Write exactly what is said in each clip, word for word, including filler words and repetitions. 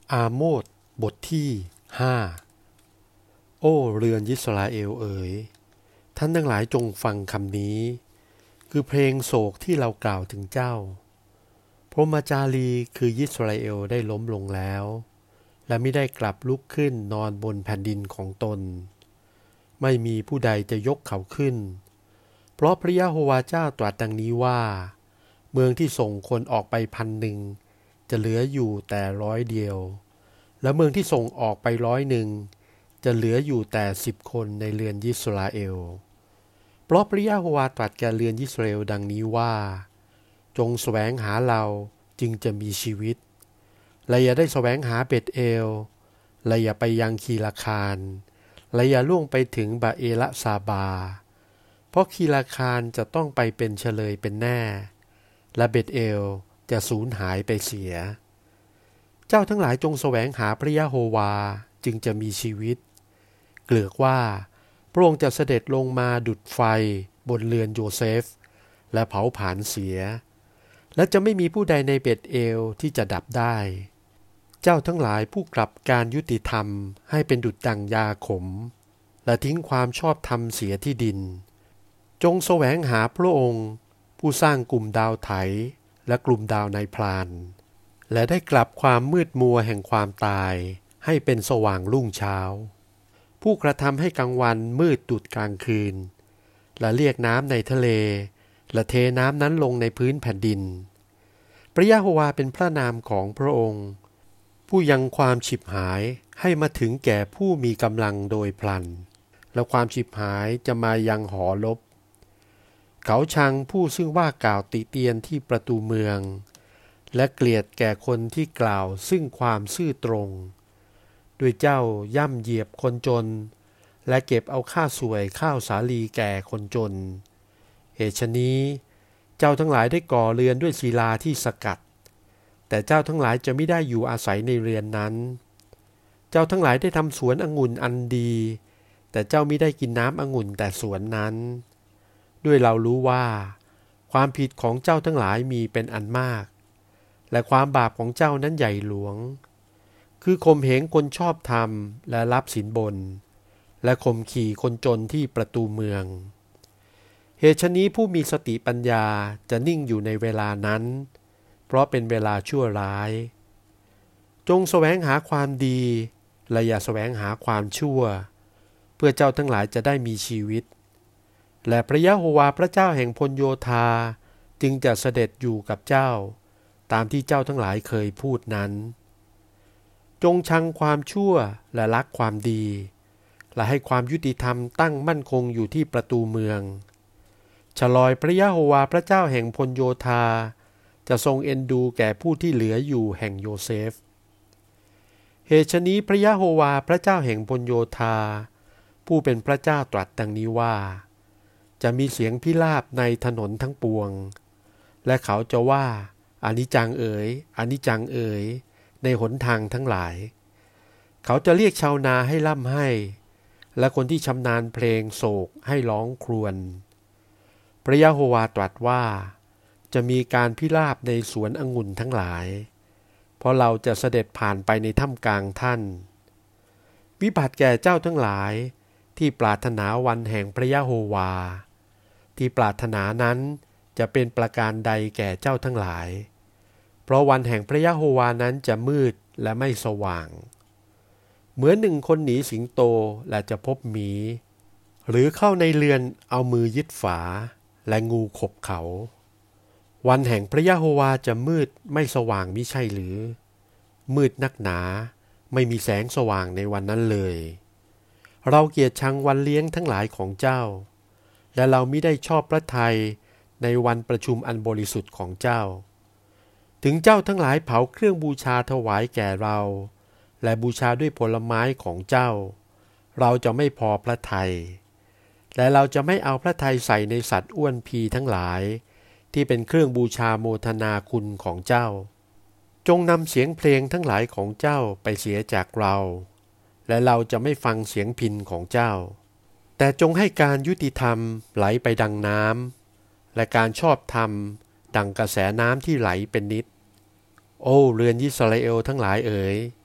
อาโมสบทที่ห้าโอ้เรือนยิสราเอลเอ๋ยท่านทั้งหลายจงฟังคำนี้คือเพลงโศกที่เรากล่าวถึงเจ้าพรหมจารีคือยิสราเอลได้ล้มลงแล้วและไม่ได้กลับลุกขึ้นนอนบนแผ่นดินของตนไม่มีผู้ใดจะยกเขาขึ้นเพราะพระยะโฮวาห์เจ้าตรัสดังนี้ว่าเมืองที่ส่งคนออกไปพันหนึ่งจะเหลืออยู่แต่ร้อยเดียวและเมืองที่ส่งออกไปร้อยหนึ่งจะเหลืออยู่แต่สิบคนในเรือนยิสราเอลเพราะพระยะโฮวาห์ตรัสแก่เรือนยิสราเอลดังนี้ว่าจงแสวงหาเราจึงจะมีชีวิตและอย่าได้แสวงหาเบธเอลและอย่าไปยังคีลาคารและอย่าล่วงไปถึงบาเอละซาบาเพราะคีลาคารจะต้องไปเป็นเฉลยเป็นแน่และเบธเอลจะสูญหายไปเสียเจ้าทั้งหลายจงแสวงหาพระยะโฮวาห์จึงจะมีชีวิตเกลือกว่าพระองค์จะเสด็จลงมาดุจไฟบนเรือนโยเซฟและเผาผลาญเสียและจะไม่มีผู้ใดในเบธเอลที่จะดับได้เจ้าทั้งหลายผู้กลับการยุติธรรมให้เป็นดุจดั่งยาขมและทิ้งความชอบธรรมเสียที่ดินจงแสวงหาพระองค์ผู้สร้างกลุ่มดาวไถและกลุ่มดาวในพรานและได้กลับความมืดมัวแห่งความตายให้เป็นสว่างรุ่งเช้าผู้กระทำให้กลางวันมืดดุจกลางคืนและเรียกน้ำในทะเลและเทน้ำนั้นลงในพื้นแผ่นดินพระยะโฮวาห์เป็นพระนามของพระองค์ผู้ยังความฉิบหายให้มาถึงแก่ผู้มีกำลังโดยพลันและความฉิบหายจะมายังหอลบเขาชังผู้ซึ่งว่ากล่าวติเตียนที่ประตูเมืองและเกลียดแก่คนที่กล่าวซึ่งความซื่อตรงด้วยเจ้าย่ำเหยียบคนจนและเก็บเอาข้าสวยข้าวสาลีแก่คนจนเหตุฉะนี้เจ้าทั้งหลายได้ก่อเรือนด้วยศิลาที่สกัดแต่เจ้าทั้งหลายจะไม่ได้อยู่อาศัยในเรือนนั้นเจ้าทั้งหลายได้ทำสวนองุ่นอันดีแต่เจ้าไม่ได้กินน้ำองุ่นแต่สวนนั้นด้วยเรารู้ว่าความผิดของเจ้าทั้งหลายมีเป็นอันมากและความบาปของเจ้านั้นใหญ่หลวงคือข่มเหงคนชอบธรรมและรับสินบนและข่มขี่คนจนที่ประตูเมืองเหตุฉะนี้ผู้มีสติปัญญาจะนิ่งอยู่ในเวลานั้นเพราะเป็นเวลาชั่วร้ายจงแสวงหาความดีและอย่าแสวงหาความชั่วเพื่อเจ้าทั้งหลายจะได้มีชีวิตและพระยะโฮวาห์พระเจ้าแห่งพลโยธาจึงจะเสด็จอยู่กับเจ้าตามที่เจ้าทั้งหลายเคยพูดนั้นจงชังความชั่วและรักความดีและให้ความยุติธรรมตั้งมั่นคงอยู่ที่ประตูเมืองฉลอยพระยะโฮวาห์พระเจ้าแห่งพลโยธาจะทรงเอ็นดูแก่ผู้ที่เหลืออยู่แห่งโยเซฟเหตุฉะนี้พระยะโฮวาห์พระเจ้าแห่งพลโยธาผู้เป็นพระเจ้าตรัสดังนี้ว่าจะมีเสียงพิราบในถนนทั้งปวงและเขาจะว่าอานิจจังเอ๋ยอานิจจังเอ๋ยในหนทางทั้งหลายเขาจะเรียกชาวนาให้ร่ำให้และคนที่ชำนาญเพลงโศกให้ร้องครวญพระยะโฮวาห์ตรัสว่าจะมีการพิราบในสวนองุ่นทั้งหลายเพราะเราจะเสด็จผ่านไปในถ้ำกลางท่านวิบัติแก่เจ้าทั้งหลายที่ปรารถนาวันแห่งพระยะโฮวาห์ที่ปรารถนานั้นจะเป็นประการใดแก่เจ้าทั้งหลายเพราะวันแห่งพระยะโฮวาห์นั้นจะมืดและไม่สว่างเหมือนหนึ่งคนหนีสิงโตและจะพบหมีหรือเข้าในเรือนเอามือยึดฝาและงูขบเขาวันแห่งพระยะโฮวาห์จะมืดไม่สว่างมิใช่หรือมืดนักหนาไม่มีแสงสว่างในวันนั้นเลยเราเกลียดชังวันเลี้ยงทั้งหลายของเจ้าและเรามิได้ชอบพระทัยในวันประชุมอันบริสุทธิ์ของเจ้าถึงเจ้าทั้งหลายเผาเครื่องบูชาถวายแก่เราและบูชาด้วยผลไม้ของเจ้าเราจะไม่พอพระทัยและเราจะไม่เอาพระทัยใส่ในสัตว์อ้วนพีทั้งหลายที่เป็นเครื่องบูชาโมทนาคุณของเจ้าจงนำเสียงเพลงทั้งหลายของเจ้าไปเสียจากเราและเราจะไม่ฟังเสียงพิณของเจ้าแต่จงให้การยุติธรรมไหลไปดังน้ำและการชอบธรรมดังกระแสน้ำที่ไหลเป็นนิดโอ้เรือนยิสราเอลทั้งหลายเอ๋ย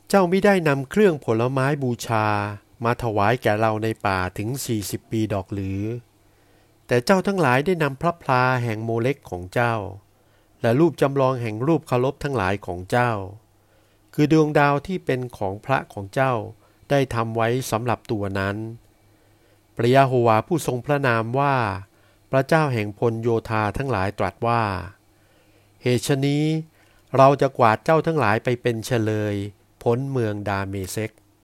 เจ้าไม่ได้นำเครื่องผลไม้บูชามาถวายแก่เราในป่าถึงสี่สิบปีดอกหรือแต่เจ้าทั้งหลายได้นำพระพลาแห่งโมเลกของเจ้าและรูปจำลองแห่งรูปเคารพทั้งหลายของเจ้าคือดวงดาวที่เป็นของพระของเจ้าได้ทำไว้สำหรับตัวนั้นพระยะโฮวาผู้ทรงพระนามว่าพระเจ้าแห่งพลโยธาทั้งหลายตรัสว่าเหตุฉะนี้เราจะกวาดเจ้าทั้งหลายไปเป็นเฉลยพ้นเมืองดาเมเซก